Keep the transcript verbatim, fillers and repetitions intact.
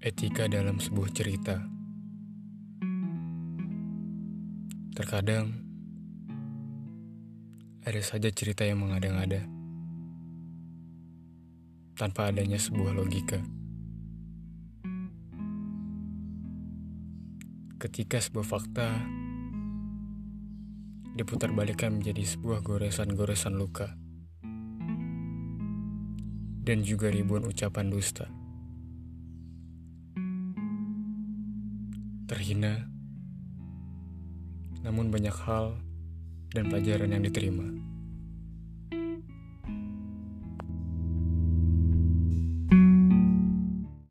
Etika dalam sebuah cerita. Terkadang ada saja cerita yang mengada-ngada tanpa adanya sebuah logika. Ketika sebuah fakta diputarbalikkan menjadi sebuah goresan-goresan luka dan juga ribuan ucapan dusta. Terhina, namun banyak hal dan pelajaran yang diterima.